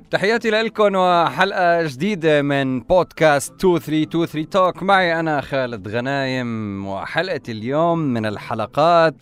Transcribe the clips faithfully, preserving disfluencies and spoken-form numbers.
تحياتي لكم وحلقة جديدة من بودكاست اثنين ثلاثة اثنين ثلاثة توك. معي أنا خالد غنايم، وحلقة اليوم من الحلقات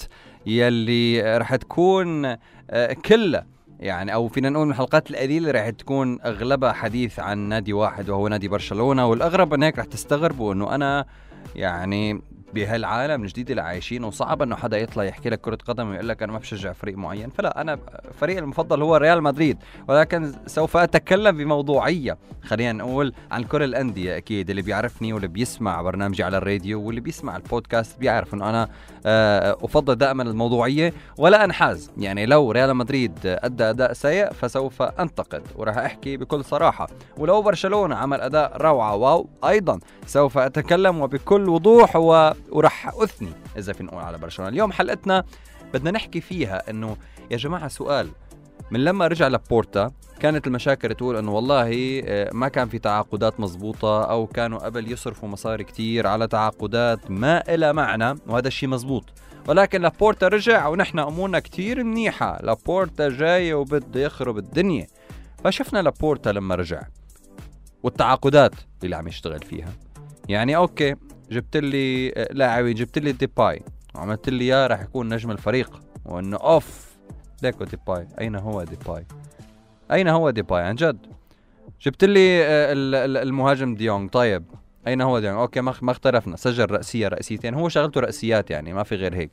يلي رح تكون كلها يعني أو فينا نقول من الحلقات القليلة رح تكون أغلبها حديث عن نادي واحد وهو نادي برشلونة. والأغرب أن هيك رح تستغربوا أنه أنا يعني بهالعالم الجديد اللي عايشين، وصعب انه حدا يطلع يحكي لك كرة قدم ويقول لك انا ما بشجع فريق معين. فلا، انا فريقي المفضل هو ريال مدريد، ولكن سوف اتكلم بموضوعية خلينا نقول عن كل الاندية. اكيد اللي بيعرفني واللي بيسمع برنامجي على الراديو واللي بيسمع البودكاست بيعرف انه انا افضل دائما الموضوعية ولا انحاز. يعني لو ريال مدريد ادى اداء سيء فسوف انتقد وراح احكي بكل صراحة، ولو برشلونة عمل اداء روعة واو ايضا سوف اتكلم وبكل وضوح و ورح أثني إذا في نقول على برشلونة. اليوم حلقتنا بدنا نحكي فيها إنه يا جماعة سؤال، من لما رجع لابورتا كانت المشاكل تقول إنه والله ما كان في تعاقدات مزبوطة، أو كانوا قبل يصرفوا مصاري كتير على تعاقدات ما إلى معنى، وهذا الشيء مزبوط. ولكن لابورتا رجع ونحن أمورنا كتير منيحة، لابورتا جاي وبده يخرب الدنيا. فشفنا لابورتا لما رجع والتعاقدات اللي عم يشتغل فيها. يعني أوكي، جبت لي لاعبين، جبت لي ديباي وعملت لي اياه راح يكون نجم الفريق، وانه اوف ليكو ديباي. اين هو ديباي؟ اين هو ديباي عن جد؟ جبت لي المهاجم ديونغ، طيب اين هو ديونغ؟ اوكي ما اختلفنا، سجل رأسية رأسيتين، هو شغلته رأسيات يعني ما في غير هيك.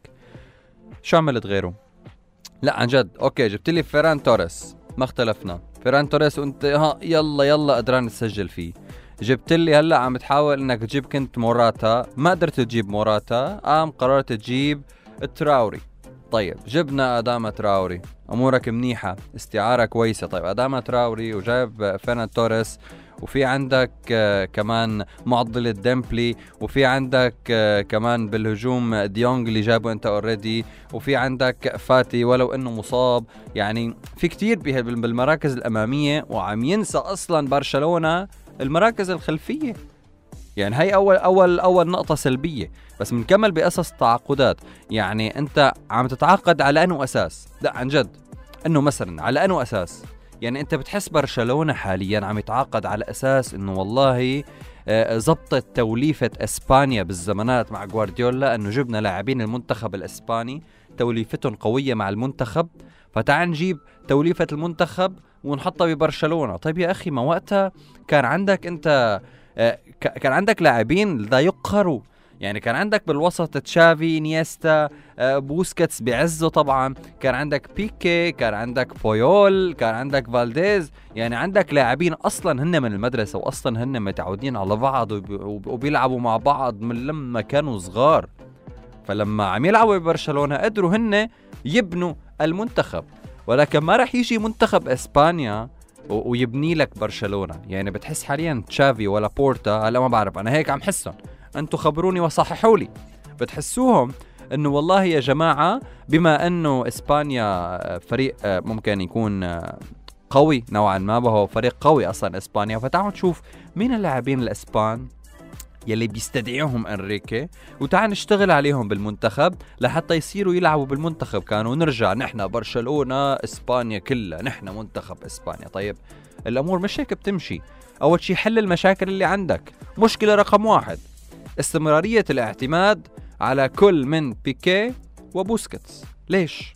شو عملت غيره؟ لا عن جد. اوكي جبت لي فيران توريس، ما اختلفنا، فيران توريس وانت ها يلا يلا قدران تسجل فيه. جبت لي هلا عم تحاول انك تجيب كنت موراتا، ما قدرت تجيب موراتا، قام قررت تجيب تراوري. طيب جبنا اداما تراوري، امورك منيحه، استعاره كويسه. طيب اداما تراوري وجايب فيران توريس، وفي عندك آه كمان معضله ديمبلي، وفي عندك آه كمان بالهجوم ديونغ اللي جابه انت اوريدي، وفي عندك فاتي ولو انه مصاب. يعني في كتير بالمراكز الاماميه، وعم ينسى اصلا برشلونه المراكز الخلفية. يعني هاي أول أول أول نقطة سلبية. بس منكمل بأساس التعاقدات. يعني أنت عم تتعاقد على أنه أساس؟ لا عن جد، أنه مثلا على أنه أساس. يعني أنت بتحس برشلونة حاليا عم يتعاقد على أساس أنه والله زبطت توليفة إسبانيا بالزمانات مع غوارديولا، أنه جبنا لاعبين المنتخب الإسباني توليفتهم قوية مع المنتخب، فتعال نجيب توليفة المنتخب ونحطها ببرشلونة. طيب يا أخي، ما وقتها كان عندك أنت آه كان عندك لاعبين لا يقهروا. يعني كان عندك بالوسط تشافي، نيستا، آه بوسكيتس بعزه طبعا، كان عندك بيكي، كان عندك بويول، كان عندك فالديز. يعني عندك لاعبين أصلا هن من المدرسة، وأصلا هن متعودين على بعض وبيلعبوا مع بعض من لما كانوا صغار. فلما عم يلعبوا ببرشلونة قدروا هن يبنوا المنتخب. ولكن ما رح يجي منتخب اسبانيا ويبني لك برشلونة. يعني بتحس حاليا تشافي ولا بورتا، هلا ما بعرف، انا هيك عم حسهم، انتوا خبروني وصححوا لي، بتحسوهم انه والله يا جماعة بما انه اسبانيا فريق ممكن يكون قوي نوعا ما، وهو فريق قوي اصلا اسبانيا، فتعالوا نشوف مين اللاعبين الاسبان يلي بيستدعيهم انريكي وتعال نشتغل عليهم بالمنتخب لحتى يصيروا يلعبوا بالمنتخب. كانوا نرجع نحن برشلونة اسبانيا كلها، نحن منتخب اسبانيا. طيب الامور مش هيك بتمشي. اول شي حل المشاكل اللي عندك. مشكلة رقم واحد استمرارية الاعتماد على كل من بيكي وبوسكيتس. ليش؟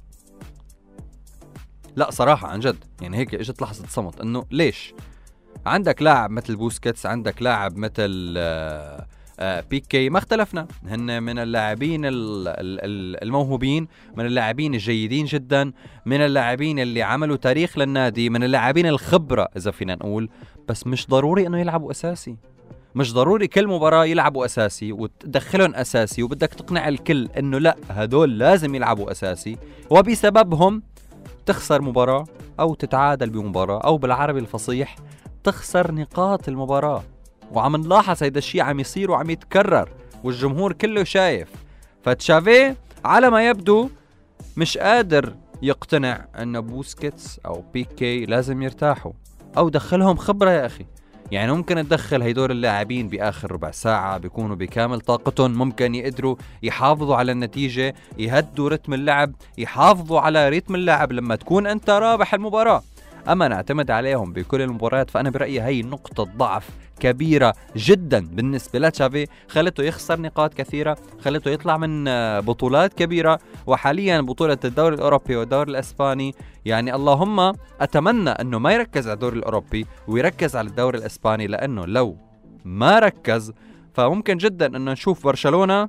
لا صراحة عن جد، يعني هيك اجت لحظة صمت، انه ليش عندك لاعب مثل بوسكيتس، عندك لاعب مثل آآ آآ بيكي، ما اختلفنا، هن من اللاعبين الموهوبين، من اللاعبين الجيدين جدا، من اللاعبين اللي عملوا تاريخ للنادي، من اللاعبين الخبرة إذا فينا نقول. بس مش ضروري إنه يلعبوا أساسي، مش ضروري كل مباراة يلعبوا أساسي وتدخلهم أساسي، وبدك تقنع الكل إنه لا هدول لازم يلعبوا أساسي، وبسببهم تخسر مباراة أو تتعادل بمباراة، أو بالعربي الفصيح تخسر نقاط المباراة. وعم نلاحظ هيدا الشيء عم يصير وعم يتكرر، والجمهور كله شايف. فتشافي على ما يبدو مش قادر يقتنع أن بوسكيتس أو بيكي لازم يرتاحوا، أو دخلهم خبرة يا أخي. يعني ممكن تدخل هيدول اللاعبين بآخر ربع ساعة بيكونوا بكامل طاقتهم، ممكن يقدروا يحافظوا على النتيجة، يهدوا رتم اللعب، يحافظوا على رتم اللعب لما تكون أنت رابح المباراة. أما نعتمد عليهم بكل المباريات، فأنا برأيي هي نقطة ضعف كبيرة جدا بالنسبة لتشافي، خلته يخسر نقاط كثيرة، خلته يطلع من بطولات كبيرة. وحاليا بطولة الدوري الأوروبي والدوري الإسباني، يعني اللهم أتمنى أنه ما يركز على الدوري الأوروبي ويركز على الدوري الإسباني، لأنه لو ما ركز فممكن جدا أنه نشوف برشلونة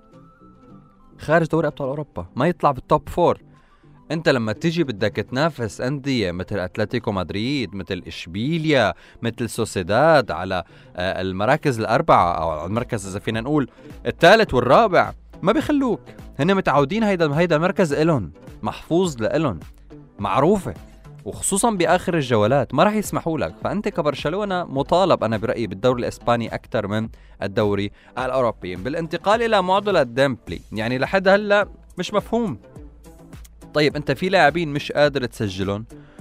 خارج دوري أبطال أوروبا، ما يطلع بالتوب فور. انت لما تيجي بدك تنافس أندية مثل أتلتيكو مدريد، مثل إشبيليا، مثل سوسيداد على المراكز الأربعة أو المركز إذا فينا نقول الثالث والرابع، ما بيخلوك. هن متعودين هيدا هيدا مركز إلون، محفوظ لإلون، معروفة، وخصوصا بآخر الجولات ما راح يسمحوا لك. فأنت كبرشلونة مطالب أنا برأيي بالدوري الإسباني أكثر من الدوري الأوروبي. بالانتقال إلى معضلة ديمبلي، يعني لحد هلأ مش مفهوم. طيب انت في لاعبين مش قادر تسجلهم،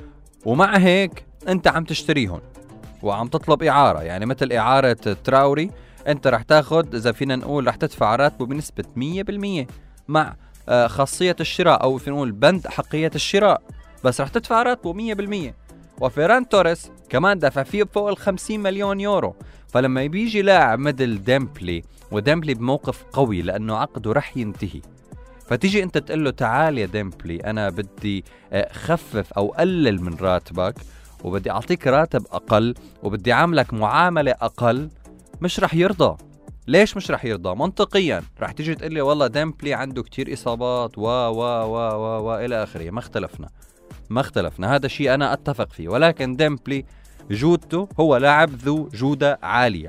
ومع هيك انت عم تشتريهم وعم تطلب اعاره، يعني مثل اعاره تراوري، انت رح تاخد اذا فينا نقول رح تدفع راتبه بنسبه مية بالمية مع خاصيه الشراء، او فينا نقول بند حقيه الشراء، بس رح تدفع راتبه مية بالمية. وفيران توريس كمان دفع فيه فوق ال خمسين مليون يورو. فلما بيجي لاعب مثل ديمبلي، وديمبلي بموقف قوي لانه عقده رح ينتهي، فتيجي انت تقول له تعال يا ديمبلي انا بدي خفف او قلل من راتبك، وبدي اعطيك راتب اقل، وبدي عاملك معاملة اقل، مش رح يرضى. ليش مش رح يرضى؟ منطقيا رح تيجي تقول لي والله ديمبلي عنده كتير اصابات و و و و و الى اخره. ما اختلفنا ما اختلفنا هذا شيء انا اتفق فيه، ولكن ديمبلي جودته، هو لاعب ذو جودة عالية،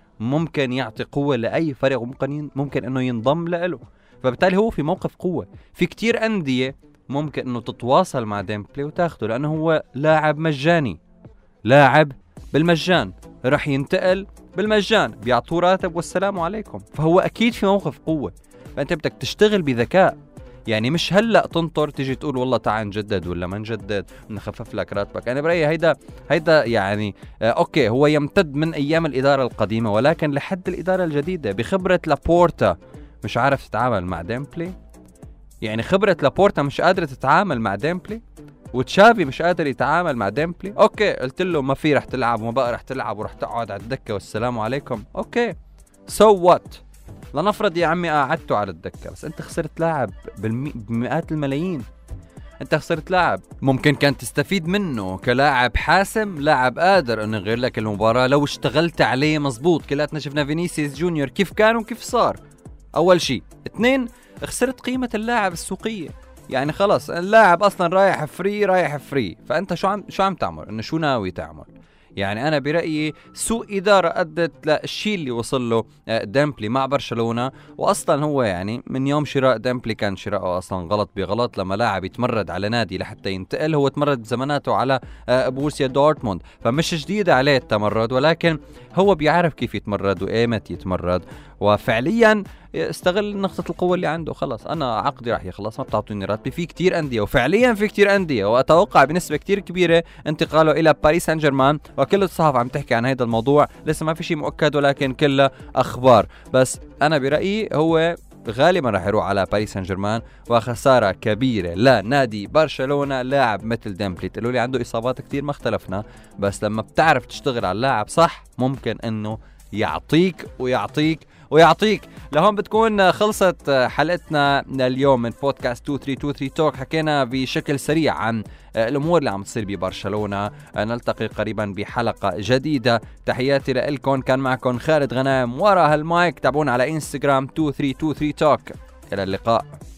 ممكن يعطي قوة لأي فريق، وممكن ممكن انه ينضم له، فبالتالي هو في موقف قوة. في كتير أندية ممكن انه تتواصل مع ديمبلي وتاخده، لانه هو لاعب مجاني، لاعب بالمجان، رح ينتقل بالمجان، بيعطوه راتب والسلام عليكم. فهو اكيد في موقف قوة، فانت بدك تشتغل بذكاء. يعني مش هلا تنطر تيجي تقول والله تعال نجدد ولا ما نجدد نخفف لك راتبك. انا برأيي هيدا هيدا يعني آه اوكي هو يمتد من ايام الادارة القديمة، ولكن لحد الادارة الجديدة بخبرة لابورتا مش عارف تتعامل مع ديمبلي. يعني خبرة لابورتا مش قادرة تتعامل مع ديمبلي، وتشافي مش قادر يتعامل مع ديمبلي. اوكي قلت له ما في رح تلعب وما بقى رح تلعب ورح تقعد على الدكة والسلام عليكم. اوكي سو so وات، لنفرض يا عمي قعدته على الدكة، بس انت خسرت لاعب بالمي... بمئات الملايين. انت خسرت لاعب ممكن كان تستفيد منه كلاعب حاسم، لاعب قادر انه يغير لك المباراة لو اشتغلت عليه مزبوط. كلاتنا شفنا فينيسيوس جونيور كيف كان وكيف صار. اول شيء. اثنين، خسرت قيمة اللاعب السوقية. يعني خلص اللاعب اصلا رايح فري رايح فري، فانت شو عم شو عم تعمل؟ انه شو ناوي تعمل؟ يعني انا برأيي سوء ادارة ادت للشيء اللي وصل له ديمبلي مع برشلونة. واصلا هو يعني من يوم شراء ديمبلي كان شراءه اصلا غلط بغلط. لما لاعب يتمرد على نادي لحتى ينتقل، هو تمرد بزماناته على بورسيا دورتموند، فمش جديد عليه التمرد، ولكن هو بيعرف كيف يتمرد وايمت يتمرد. وفعليا استغل نقطة القوة اللي عنده. خلاص أنا عقدي راح يخلص، ما بتعطوني راتبي. في كتير أندية، وفعليا في كتير أندية، وأتوقع بنسبة كتير كبيرة انتقاله إلى باريس سان جيرمان. وكل الصحف عم تحكي عن هذا الموضوع، لسه ما في شيء مؤكد ولكن كله أخبار. بس أنا برأيي هو غالبا راح يروح على باريس سان جيرمان، وخسارة كبيرة لنادي برشلونة لاعب مثل ديمبلي. تقولوا لي عنده إصابات كتير، ما اختلفنا، بس لما بتعرف تشتغل على اللاعب صح ممكن إنه يعطيك ويعطيك ويعطيك. لهون بتكون خلصت حلقتنا اليوم من بودكاست اثنين ثلاثة اثنين ثلاثة توك. حكينا بشكل سريع عن الأمور اللي عم تصير ببرشلونة. نلتقي قريبا بحلقة جديدة. تحياتي لكم، كان معكم خالد غنايم ورا هالمايك. تابعونا على انستغرام اثنين ثلاثة اثنين ثلاثة توك. إلى اللقاء.